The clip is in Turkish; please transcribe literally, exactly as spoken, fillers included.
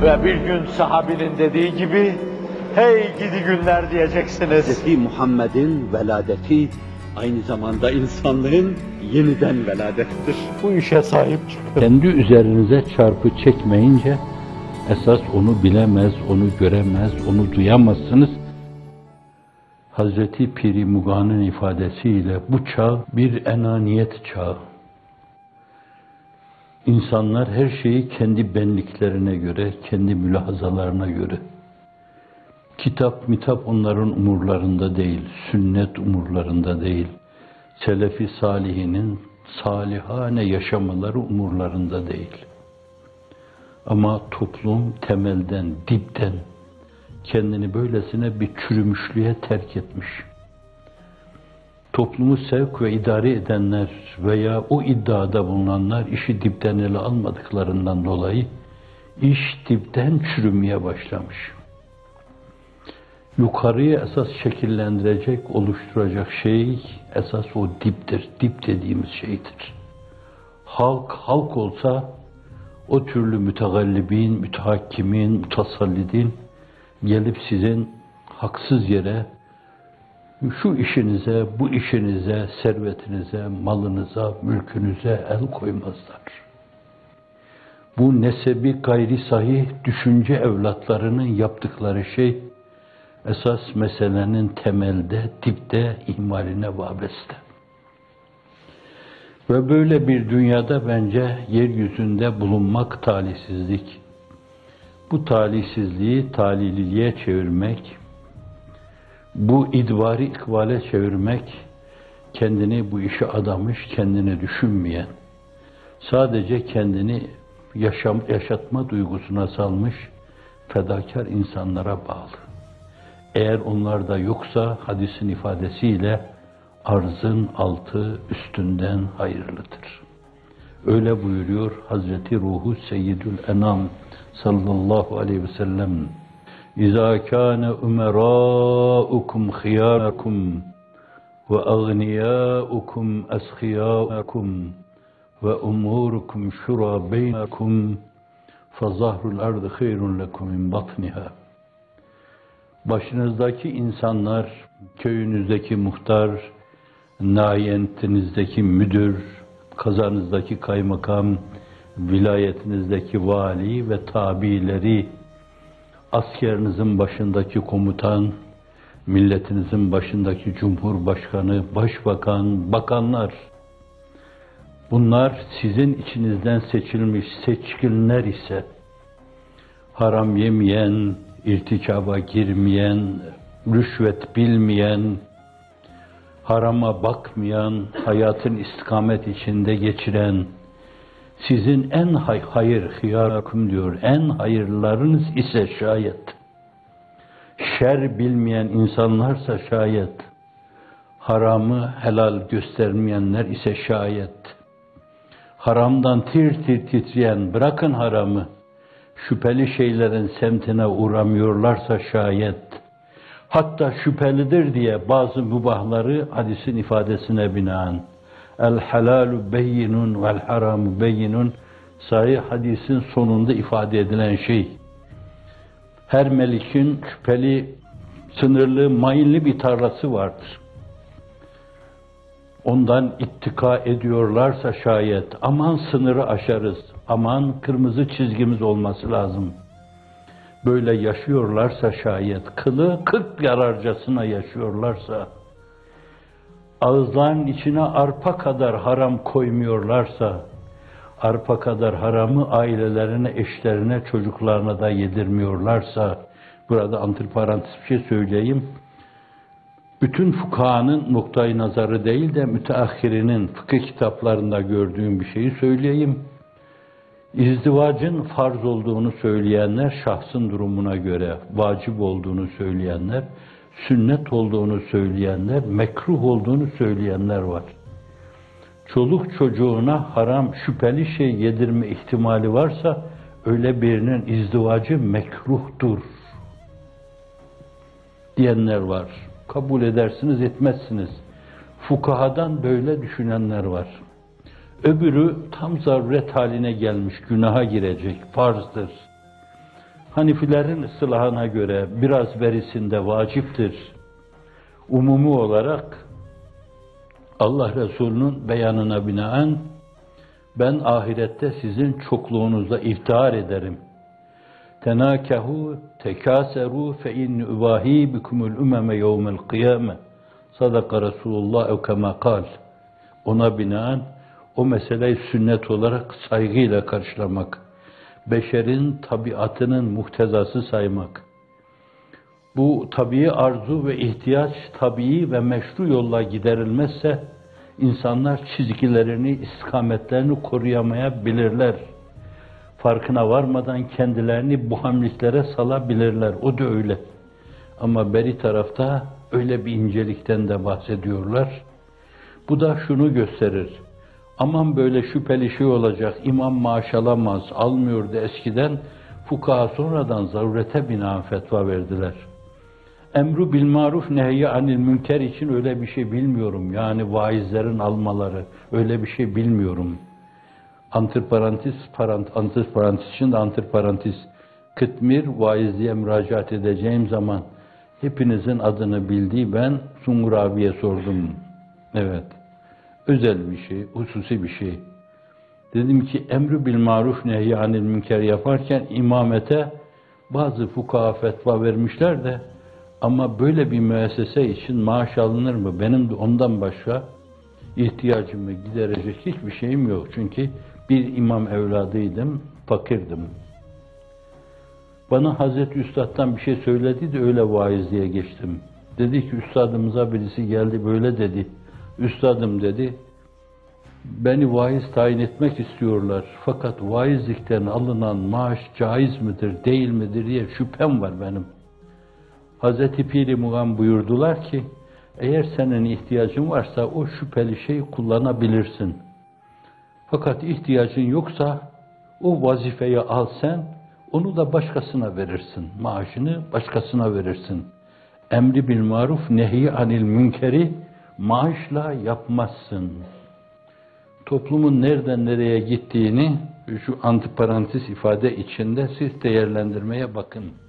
Ve bir gün sahabinin dediği gibi, hey gidi günler diyeceksiniz. Hz. Muhammed'in veladeti aynı zamanda insanlığın yeniden veladettir. Bu işe sahip çıkın. Kendi üzerinize çarpı çekmeyince, esas onu bilemez, onu göremez, onu duyamazsınız. Hazreti Piri Mughan'ın ifadesiyle bu çağ bir enaniyet çağı. İnsanlar her şeyi kendi benliklerine göre, kendi mülahazalarına göre. Kitap, mitap onların umurlarında değil, sünnet umurlarında değil. Selefi salihinin salihane yaşamaları umurlarında değil. Ama toplum temelden, dipten kendini böylesine bir çürümüşlüğe terk etmiş. Toplumu sevk ve idare edenler veya o iddiada bulunanlar işi dipten ele almadıklarından dolayı iş dipten çürümeye başlamış. Yukarıyı esas şekillendirecek, oluşturacak şey esas o diptir. Dip dediğimiz şeydir. Halk, halk olsa o türlü mütegallibin, mütehakkimin, mutasallidin gelip sizin haksız yere şu işinize, bu işinize, servetinize, malınıza, mülkünüze el koymazlar. Bu nesebi gayri sahih düşünce evlatlarının yaptıkları şey, esas meselenin temelde, dipte, ihmaline vabeste. Ve böyle bir dünyada bence yeryüzünde bulunmak talihsizlik. Bu talihsizliği talililiğe çevirmek, bu idvari ikbale çevirmek, kendini bu işe adamış, kendini düşünmeyen, sadece kendini yaşam, yaşatma duygusuna salmış fedakar insanlara bağlı. Eğer onlar da yoksa hadisin ifadesiyle arzın altı üstünden hayırlıdır. Öyle buyuruyor Hazreti Ruhu Seyyidül Enam sallallahu aleyhi ve sellem. İzâ kâne umerâukum khiyârakum ve agniyâukum eshiyâukum ve umûrukum şurâ beynakum fezahrul ardı hayrun lekum min batniha. Başınızdaki insanlar, köyünüzdeki muhtar, nahiyetinizdeki müdür, kazanızdaki kaymakam, vilayetinizdeki vali ve tabileri, askerinizin başındaki komutan, milletinizin başındaki cumhurbaşkanı, başbakan, bakanlar, bunlar sizin içinizden seçilmiş seçkinler ise, haram yemeyen, irtikaba girmeyen, rüşvet bilmeyen, harama bakmayan, hayatın istikamet içinde geçiren, sizin en hay hayır, hıyarakum diyor, en hayırlarınız ise şayet, şer bilmeyen insanlarsa şayet, haramı helal göstermeyenler ise şayet, haramdan tir tir titreyen, bırakın haramı, şüpheli şeylerin semtine uğramıyorlarsa şayet, hatta şüphelidir diye bazı mübahları hadisin ifadesine binaen, el halalu beyinun vel haramu beyinun, sahih hadisin sonunda ifade edilen şey, her melikin şüpheli, sınırlı, mayınlı bir tarlası vardır. Ondan ittika ediyorlarsa şayet, aman sınırı aşarız, aman kırmızı çizgimiz olması lazım. Böyle yaşıyorlarsa şayet, kılı kırk yararcasına yaşıyorlarsa, ağızlarının içine arpa kadar haram koymuyorlarsa, arpa kadar haramı ailelerine, eşlerine, çocuklarına da yedirmiyorlarsa, burada antiparantez bir şey söyleyeyim, bütün fukahanın noktayı nazarı değil de müteahhirinin fıkıh kitaplarında gördüğüm bir şeyi söyleyeyim. İzdivacın farz olduğunu söyleyenler, şahsın durumuna göre vacip olduğunu söyleyenler, sünnet olduğunu söyleyenler, mekruh olduğunu söyleyenler var. Çoluk çocuğuna haram, şüpheli şey yedirme ihtimali varsa, öyle birinin izdivacı mekruhtur diyenler var. Kabul edersiniz, etmezsiniz. Fukahadan böyle düşünenler var. Öbürü tam zaruret haline gelmiş, günaha girecek, farzdır. Hanifilerin ıslahına göre biraz verisinde vaciptir. Umumi olarak Allah Resulü'nün beyanına binaen ben ahirette sizin çokluğunuzla iftihar ederim. Tenâkehu tekâserû fe inni üvâhî bikumul ümeme yevmel kıyâme. Sadaka Resulullah ev kemâ kâl. Ona binaen o meseleyi sünnet olarak saygıyla karşılamak, beşerin tabiatının muhtezası saymak, bu tabii arzu ve ihtiyaç tabii ve meşru yolla giderilmezse insanlar çizgilerini, istikametlerini koruyamayabilirler. Farkına varmadan kendilerini bu hamliklere salabilirler. O da öyle. Ama beri tarafta öyle bir incelikten de bahsediyorlar. Bu da şunu gösterir. Aman böyle şüpheli şey olacak, imam maaş alamaz, almıyordu eskiden. Fukaha sonradan zarurete binaen fetva verdiler. Emru bil maruf nehyi anil münker için öyle bir şey bilmiyorum. Yani vaizlerin almaları, öyle bir şey bilmiyorum. Antiparantez, parant, antiparantez için de antiparantez. Kıtmir vaizliğe müracaat edeceğim zaman hepinizin adını bildiği ben Sungur abiye sordum. Evet. Özel bir şey, hususi bir şey. Dedim ki emru bil maruf nehyi anil münker yaparken imamete bazı fukaha fetva vermişler de ama böyle bir müessese için maaş alınır mı? Benim de ondan başka ihtiyacımı giderecek hiçbir şeyim yok. Çünkü bir imam evladıydım, fakirdim. Bana Hazreti Üstad'dan bir şey söyledi de öyle vaiz diye geçtim. Dedi ki üstadımıza birisi geldi böyle dedi. Üstadım dedi, beni vaiz tayin etmek istiyorlar. Fakat vaizlikten alınan maaş caiz midir, değil midir diye şüphem var benim. Hazreti Pir-i Mugam buyurdular ki, eğer senin ihtiyacın varsa o şüpheli şeyi kullanabilirsin. Fakat ihtiyacın yoksa o vazifeyi al sen, onu da başkasına verirsin. Maaşını başkasına verirsin. Emri bil maruf, nehy anil münkeri maaşla yapmazsın. Toplumun nereden nereye gittiğini şu antiparantez ifade içinde siz değerlendirmeye bakın.